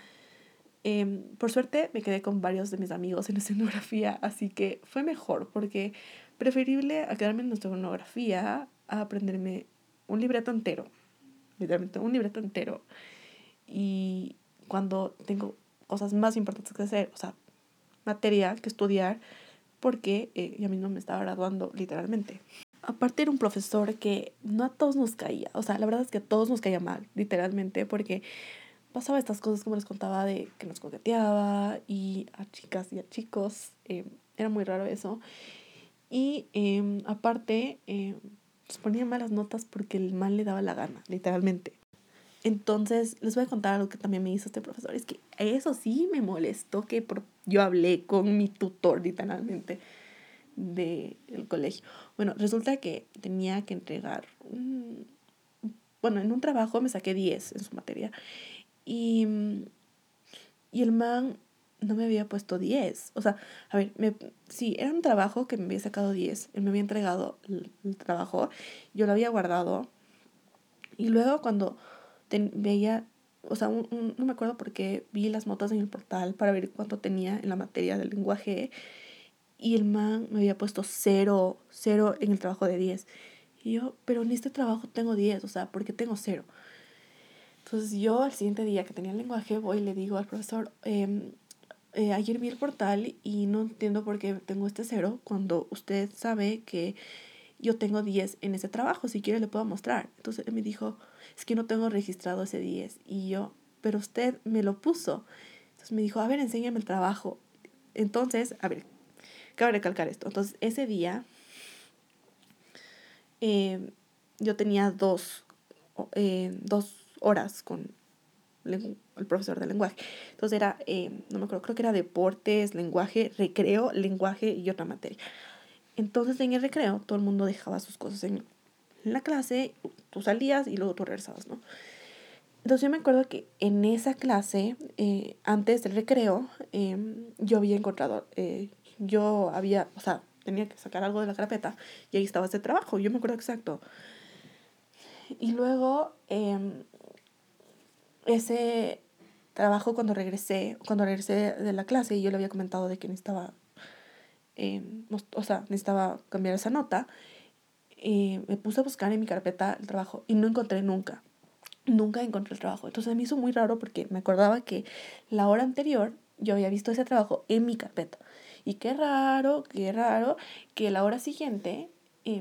por suerte me quedé con varios de mis amigos en escenografía. Así que fue mejor porque preferible a quedarme en escenografía a aprenderme un libreto entero. Literalmente un libreto entero. Y cuando tengo cosas más importantes que hacer, o sea, materia que estudiar, porque ya mismo me estaba graduando literalmente. Aparte era un profesor que no a todos nos caía, o sea, la verdad es que a todos nos caía mal, literalmente, porque pasaba estas cosas como les contaba de que nos coqueteaba y a chicas y a chicos, era muy raro eso. Y aparte, nos ponía malas notas porque el mal le daba la gana, literalmente. Entonces, les voy a contar algo que también me hizo este profesor. Es que eso sí me molestó que yo hablé con mi tutor, literalmente, del colegio. Bueno, resulta que tenía que entregar bueno, en un trabajo me saqué 10 en su materia y, y el man no me había puesto 10. O sea, a ver, sí, era un trabajo que me había sacado 10. Él me había entregado el trabajo, yo lo había guardado y luego cuando veía, o sea, no me acuerdo porque vi las notas en el portal para ver cuánto tenía en la materia del lenguaje. Y el man me había puesto 0 en el trabajo de 10. Y yo, pero en este trabajo tengo 10, o sea, ¿por qué tengo 0? Entonces yo al siguiente día que tenía el lenguaje voy y le digo al profesor, ayer vi el portal y no entiendo por qué tengo este 0 cuando usted sabe que yo tengo 10 en ese trabajo, si quiere le puedo mostrar. Entonces él me dijo, es que no tengo registrado ese 10. Y yo, pero usted me lo puso. Entonces me dijo, a ver, enséñame el trabajo. Entonces, a ver, cabe recalcar esto. Entonces, ese día yo tenía 2 horas con el profesor de lenguaje. Entonces era, no me acuerdo, creo que era deportes, lenguaje, recreo, lenguaje y otra materia. Entonces en el recreo todo el mundo dejaba sus cosas en la clase, tú salías y luego tú regresabas, ¿no? Entonces yo me acuerdo que en esa clase, antes del recreo, yo había encontrado, o sea, tenía que sacar algo de la carpeta y ahí estaba ese trabajo, yo me acuerdo exacto. Y luego ese trabajo cuando regresé de la clase y yo le había comentado de que necesitaba, necesitaba cambiar esa nota. Me puse a buscar en mi carpeta el trabajo y no encontré nunca. Nunca encontré el trabajo. Entonces me hizo muy raro porque me acordaba que la hora anterior yo había visto ese trabajo en mi carpeta. Y qué raro que la hora siguiente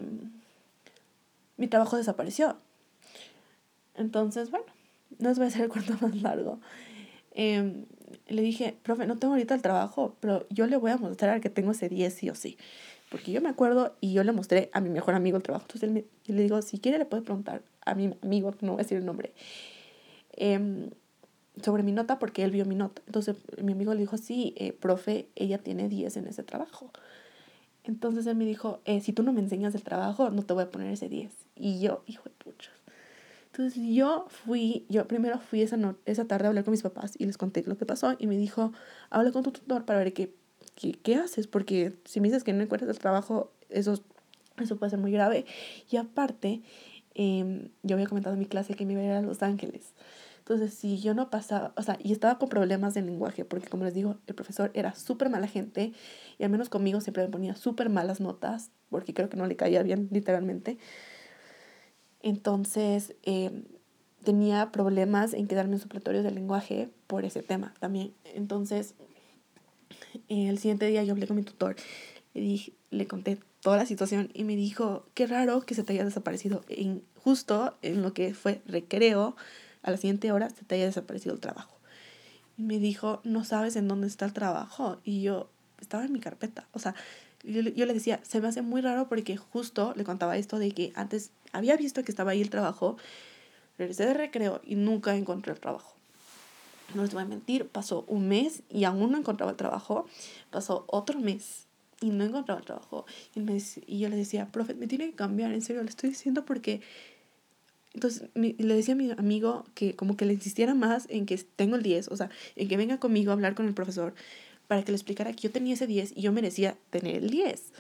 mi trabajo desapareció. Entonces, bueno, no les voy a hacer el cuento más largo. Le dije, profe, no tengo ahorita el trabajo, pero yo le voy a mostrar que tengo ese 10 sí o sí. Porque yo me acuerdo y yo le mostré a mi mejor amigo el trabajo. Entonces yo le digo, si quiere le puede preguntar a mi amigo, no voy a decir el nombre, sobre mi nota porque él vio mi nota. Entonces mi amigo le dijo, sí, profe, ella tiene 10 en ese trabajo. Entonces él me dijo, si tú no me enseñas el trabajo, no te voy a poner ese 10. Y yo, hijo de pucha. Entonces yo primero fui esa tarde a hablar con mis papás y les conté lo que pasó y me dijo, habla con tu tutor para ver qué haces, porque si me dices que no encuentras el trabajo, eso puede ser muy grave. Y aparte, yo había comentado en mi clase que me iba a ir a Los Ángeles. Entonces, si yo no pasaba, y estaba con problemas de lenguaje, porque como les digo, el profesor era súper mala gente y al menos conmigo siempre me ponía súper malas notas, porque creo que no le caía bien, literalmente. Entonces, tenía problemas en quedarme en supletorios de lenguaje por ese tema también. Entonces, el siguiente día yo hablé con mi tutor, le conté toda la situación y me dijo, qué raro que se te haya desaparecido justo en lo que fue recreo, a la siguiente hora se te haya desaparecido el trabajo. Y me dijo, no sabes en dónde está el trabajo. Y yo, estaba en mi carpeta. Yo le decía, se me hace muy raro porque justo le contaba esto de que antes había visto que estaba ahí el trabajo, regresé de recreo y nunca encontré el trabajo. No les voy a mentir, pasó un mes y aún no encontraba el trabajo. Pasó otro mes y no encontraba el trabajo. Y yo le decía, profe, me tiene que cambiar, en serio, le estoy diciendo porque... Entonces le decía a mi amigo que como que le insistiera más en que tengo el 10, en que venga conmigo a hablar con el profesor para que le explicara que yo tenía ese 10 y yo merecía tener el 10.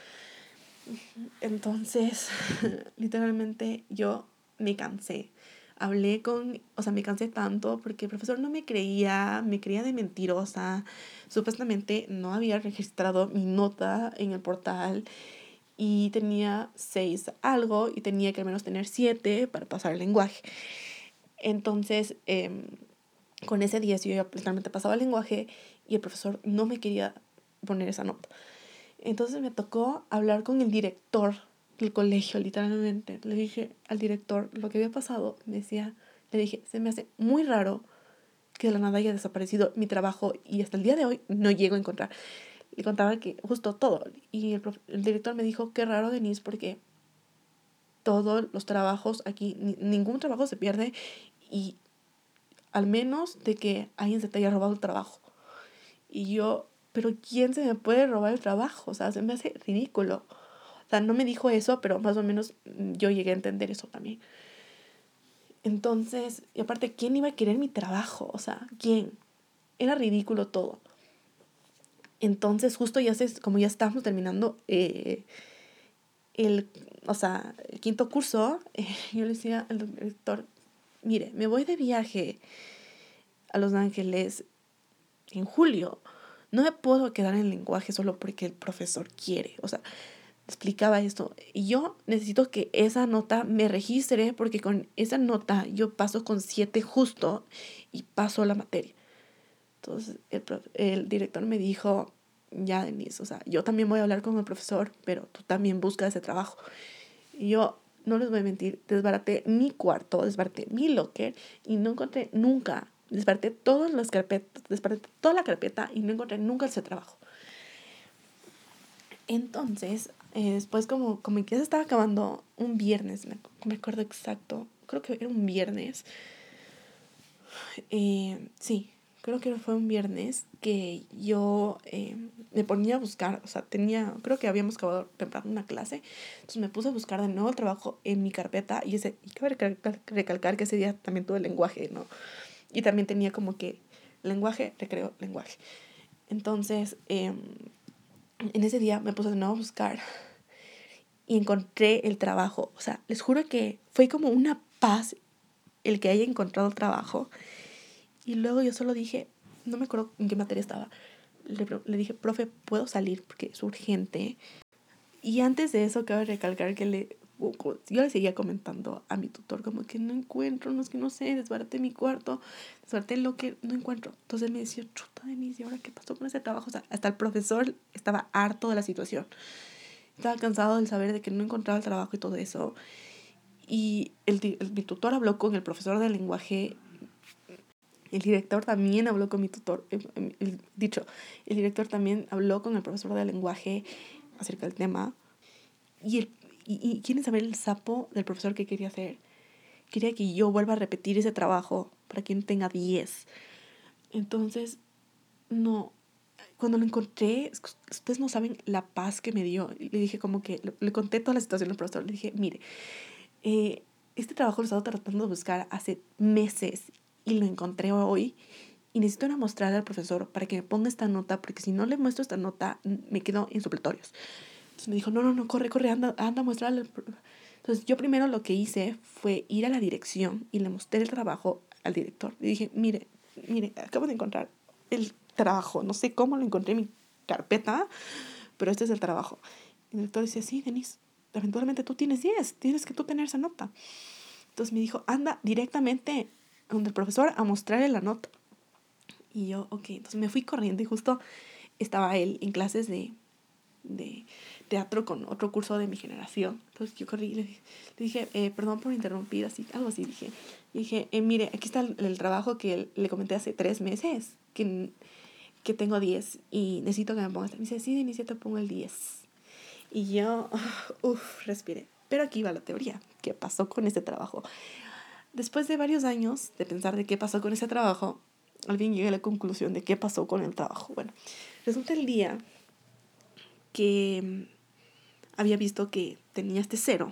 Entonces, literalmente yo me cansé. Me cansé tanto porque el profesor no me creía de mentirosa. Supuestamente no había registrado mi nota en el portal y tenía 6 algo y tenía que al menos tener 7 para pasar el lenguaje. Entonces, con ese 10 yo ya literalmente pasaba el lenguaje y el profesor no me quería poner esa nota. Entonces me tocó hablar con el director del colegio, literalmente. Le dije al director lo que había pasado. Le dije, se me hace muy raro que de la nada haya desaparecido mi trabajo y hasta el día de hoy no llego a encontrar. Le contaba que justo todo. Y el director me dijo, qué raro, Denise, porque todos los trabajos aquí, ningún trabajo se pierde y al menos de que alguien se te haya robado el trabajo. Y yo, pero ¿quién se me puede robar el trabajo? Se me hace ridículo. No me dijo eso, pero más o menos yo llegué a entender eso también. Entonces, y aparte, ¿quién iba a querer mi trabajo? ¿Quién? Era ridículo todo. Entonces, justo como ya estábamos terminando el quinto curso, yo le decía al director, mire, me voy de viaje a Los Ángeles en julio. No me puedo quedar en lenguaje solo porque el profesor quiere. Explicaba esto. Y yo necesito que esa nota me registre porque con esa nota yo paso con 7 justo y paso la materia. Entonces el director me dijo, ya Denise, yo también voy a hablar con el profesor, pero tú también busca ese trabajo. Y yo, no les voy a mentir, desbaraté mi cuarto, desbaraté mi locker y no encontré nunca. Desbaraté todas las carpetas, desbaraté toda la carpeta y no encontré nunca ese trabajo. Entonces, después como que ya se estaba acabando un viernes, me acuerdo exacto, creo que era un viernes. Sí, creo que fue un viernes que yo me ponía a buscar, creo que habíamos acabado temprano una clase, entonces me puse a buscar de nuevo el trabajo en mi carpeta y cabe recalcar que ese día también tuve lenguaje, ¿no? Y también tenía como que lenguaje, recreo, lenguaje. Entonces, en ese día me puse de nuevo a buscar y encontré el trabajo. Les juro que fue como una paz el que haya encontrado el trabajo. Y luego yo solo dije, no me acuerdo en qué materia estaba. Le dije, profe, ¿puedo salir? Porque es urgente. Y antes de eso, cabe recalcar que yo le seguía comentando a mi tutor como que no encuentro, no es que no sé, desbaraté mi cuarto, desbaraté lo que no encuentro. Entonces me decía, chuta Denise, ¿y ahora qué pasó con ese trabajo? O sea, hasta el profesor estaba harto de la situación. Estaba cansado del saber de que no encontraba el trabajo y todo eso. Y mi tutor habló con el profesor de lenguaje. El director también habló con mi tutor. El director también habló con el profesor de lenguaje acerca del tema. Y quieren saber el sapo del profesor que quería hacer. Quería que yo vuelva a repetir ese trabajo para que tenga 10. Entonces, no. Cuando lo encontré, ustedes no saben la paz que me dio. Le dije como que, le conté toda la situación al profesor. Le dije, mire, este trabajo lo he estado tratando de buscar hace meses y lo encontré hoy. Y necesito ir a mostrarle al profesor para que me ponga esta nota, porque si no le muestro esta nota, me quedo en supletorios. Entonces me dijo, no, corre, anda a mostrarle. Entonces yo primero lo que hice fue ir a la dirección y le mostré el trabajo al director. Le dije, mire, acabo de encontrar el trabajo. No sé cómo lo encontré en mi carpeta, pero este es el trabajo. Y el director dice, sí, Denise, eventualmente tú tienes 10, tienes que tú tener esa nota. Entonces me dijo, anda directamente donde el profesor a mostrarle la nota. Y yo, ok, entonces me fui corriendo y justo estaba él en clases de teatro con otro curso de mi generación. Entonces yo corrí y le dije, perdón por interrumpir, así, algo así dije. Y dije, mire, aquí está el trabajo que le comenté hace 3 meses, que tengo 10 y necesito que me pongas. Me dice, sí, Denise, te pongo el 10. Y yo, respiré. Pero aquí va la teoría. ¿Qué pasó con ese trabajo? Después de varios años de pensar de qué pasó con ese trabajo, al fin llegué a la conclusión de qué pasó con el trabajo. Bueno, resulta el día que había visto que tenía este 0.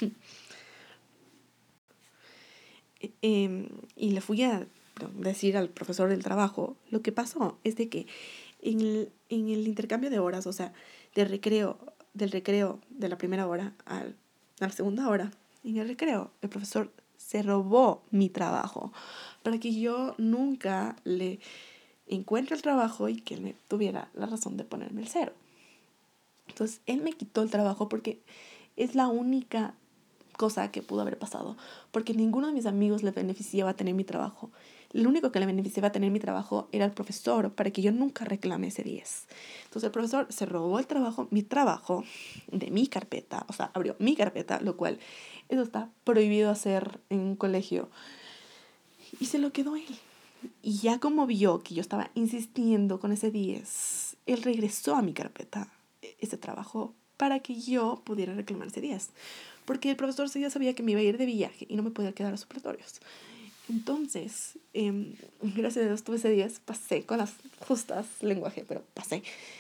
Y le fui a decir al profesor del trabajo. Lo que pasó es de que en el intercambio de horas, o sea, del recreo de la primera hora a la segunda hora, en el recreo, el profesor se robó mi trabajo para que yo nunca le encuentre el trabajo y que él me tuviera la razón de ponerme el 0. Entonces, él me quitó el trabajo porque es la única cosa que pudo haber pasado, porque ninguno de mis amigos le beneficiaba tener mi trabajo. Lo único que le beneficiaba tener mi trabajo era el profesor, para que yo nunca reclame ese 10. Entonces el profesor se robó mi trabajo de mi carpeta, o sea, abrió mi carpeta, lo cual eso está prohibido hacer en un colegio, y se lo quedó él. Y ya como vio que yo estaba insistiendo con ese 10, él regresó a mi carpeta ese trabajo para que yo pudiera reclamar ese 10. Porque el profesor ya sabía que me iba a ir de viaje y no me podía quedar a supletorios. Entonces, gracias a Dios tuve ese 10, pasé con las justas lenguaje, pero pasé.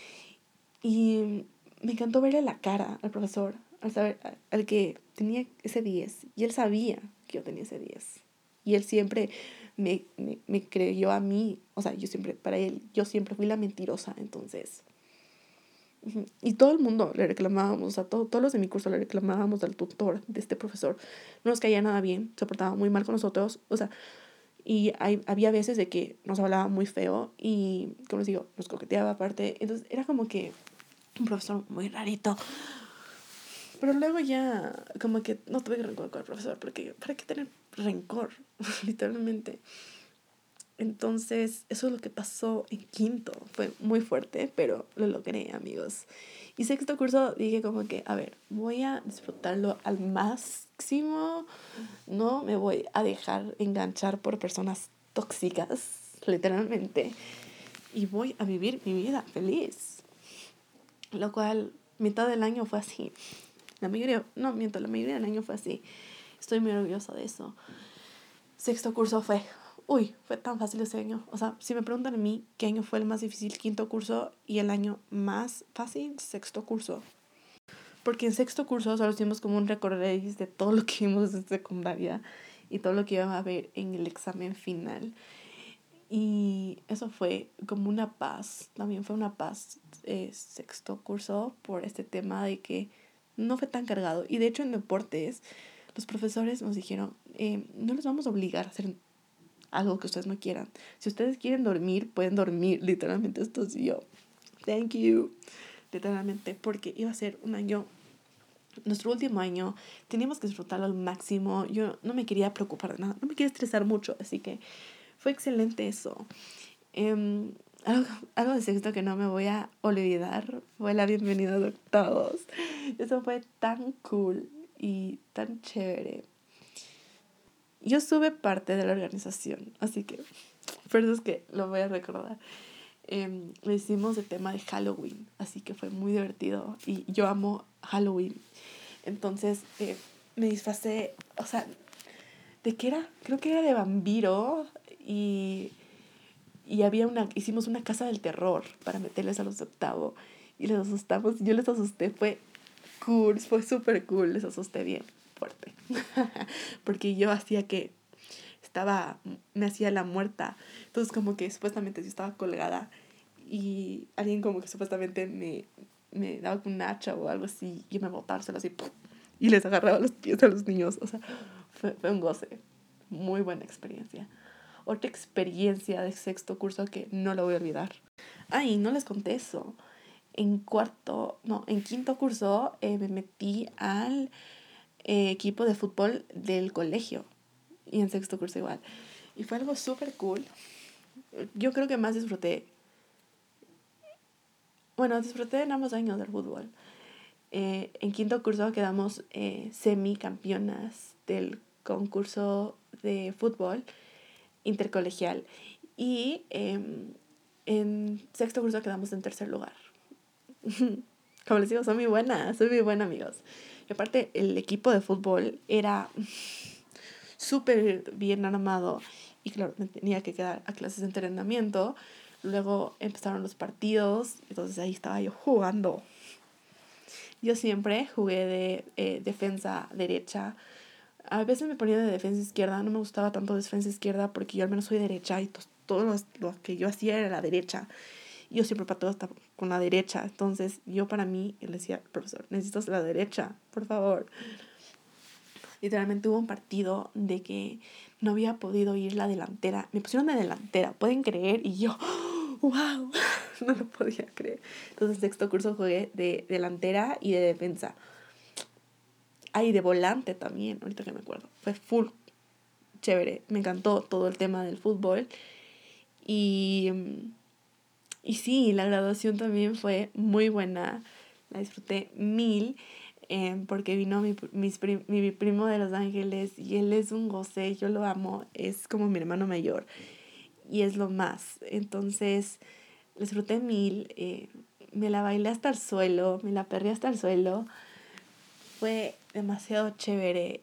Y me encantó verle la cara al profesor, al que tenía ese 10. Y él sabía que yo tenía ese 10. Y él siempre me creyó a mí, o sea, yo siempre fui la mentirosa, entonces. Y todo el mundo le reclamábamos, o sea, todos los de mi curso le reclamábamos al tutor de este profesor. No nos caía nada bien, se portaba muy mal con nosotros, o sea, y había veces de que nos hablaba muy feo y, como les digo, nos coqueteaba aparte. Entonces era como que un profesor muy rarito. Pero luego ya como que no tuve rencor con el profesor, porque ¿para qué tener rencor? Literalmente. Entonces, eso es lo que pasó en quinto. Fue muy fuerte, pero lo logré, amigos. Y sexto curso dije como que, a ver, voy a disfrutarlo al máximo. No me voy a dejar enganchar por personas tóxicas, literalmente. Y voy a vivir mi vida feliz. Lo cual, mitad del año fue así. La mayoría del año fue así. Estoy muy orgullosa de eso. Sexto curso fue tan fácil ese año. O sea, si me preguntan a mí qué año fue el más difícil, quinto curso, y el año más fácil, sexto curso. Porque en sexto curso solo hicimos como un recorderis de todo lo que vimos en secundaria y todo lo que iba a ver en el examen final. Y eso fue como una paz, también fue una paz sexto curso por este tema de que no fue tan cargado. Y de hecho en deportes los profesores nos dijeron, no les vamos a obligar algo que ustedes no quieran. Si ustedes quieren dormir, pueden dormir. Literalmente esto es yo. Thank you. Literalmente, porque iba a ser un año, nuestro último año, teníamos que disfrutarlo al máximo. Yo no me quería preocupar de nada, no me quería estresar mucho, así que fue excelente eso. Algo de sexto que no me voy a olvidar fue la bienvenida de octavos. Eso fue tan cool y tan chévere. Yo estuve parte de la organización, así que por eso es que lo voy a recordar. Lo hicimos de tema de Halloween, así que fue muy divertido y yo amo Halloween. Entonces me disfracé, o sea, ¿de qué era? Creo que era de vampiro y hicimos una casa del terror para meterles a los de octavo y les asustamos. Yo les asusté, fue cool, fue súper cool, les asusté bien fuerte porque yo me hacía la muerta. Entonces como que supuestamente yo estaba colgada y alguien como que supuestamente me daba con un hacha o algo así y me botárselo así y les agarraba los pies a los niños. O sea, fue un goce. Muy buena experiencia. Otra experiencia de sexto curso que no lo voy a olvidar. Ay, no les conté eso. En quinto curso me metí al equipo de fútbol del colegio. Y en sexto curso igual. Y fue algo súper cool. Yo creo que más disfruté en ambos años del fútbol. En quinto curso quedamos semicampeonas del concurso de fútbol intercolegial. Y en sexto curso quedamos en tercer lugar. Como les digo, soy muy buena, amigos. Y aparte, el equipo de fútbol era súper bien armado. Y claro, me tenía que quedar a clases de entrenamiento. Luego empezaron los partidos. Entonces ahí estaba yo jugando. Yo siempre jugué de defensa derecha. A veces me ponía de defensa izquierda. No me gustaba tanto defensa izquierda porque yo al menos soy derecha. Y todo lo que yo hacía era la derecha. Y yo siempre pateo hasta con la derecha. Entonces yo para mí le decía, profesor, necesitas la derecha, por favor. Literalmente hubo un partido de que no había podido ir la delantera. Me pusieron de delantera, ¿pueden creer? Y yo, ¡wow! No lo podía creer. Entonces, sexto curso jugué de delantera y de defensa. Y de volante también, ahorita que me acuerdo. Fue full chévere. Me encantó todo el tema del fútbol. Y sí, la graduación también fue muy buena. La disfruté mil. Porque vino mi primo de Los Ángeles y él es un goce, yo lo amo, es como mi hermano mayor y es lo más. Entonces disfruté mil, me la bailé hasta el suelo, me la perré hasta el suelo, fue demasiado chévere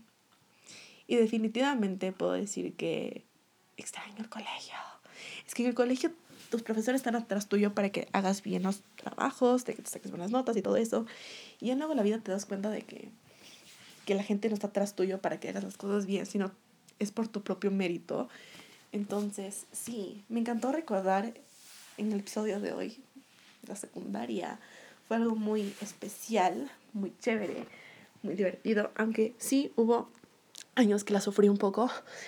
y definitivamente puedo decir que extraño el colegio. Es que en el colegio tus profesores están atrás tuyo para que hagas bien los trabajos, de que te saques buenas notas y todo eso. Y ya luego en la vida te das cuenta de que la gente no está atrás tuyo para que hagas las cosas bien, sino es por tu propio mérito. Entonces, sí, me encantó recordar en el episodio de hoy la secundaria. Fue algo muy especial, muy chévere, muy divertido, aunque sí hubo años que la sufrí un poco,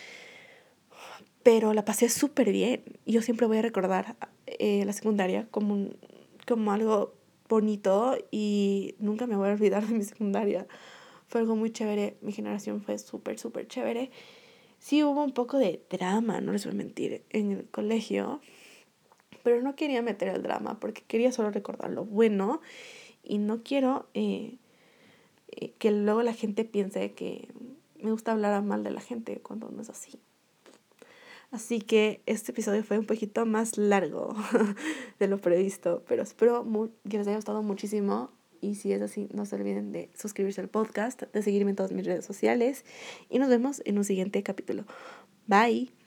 pero la pasé súper bien. Yo siempre voy a recordar la secundaria como algo bonito y nunca me voy a olvidar de mi secundaria. Fue algo muy chévere, mi generación fue súper, súper chévere. Sí hubo un poco de drama, no les voy a mentir, en el colegio, pero no quería meter el drama porque quería solo recordar lo bueno y no quiero que luego la gente piense que me gusta hablar mal de la gente cuando no es así. Así que este episodio fue un poquito más largo de lo previsto, pero espero que les haya gustado muchísimo. Y si es así, no se olviden de suscribirse al podcast, de seguirme en todas mis redes sociales y nos vemos en un siguiente capítulo. Bye.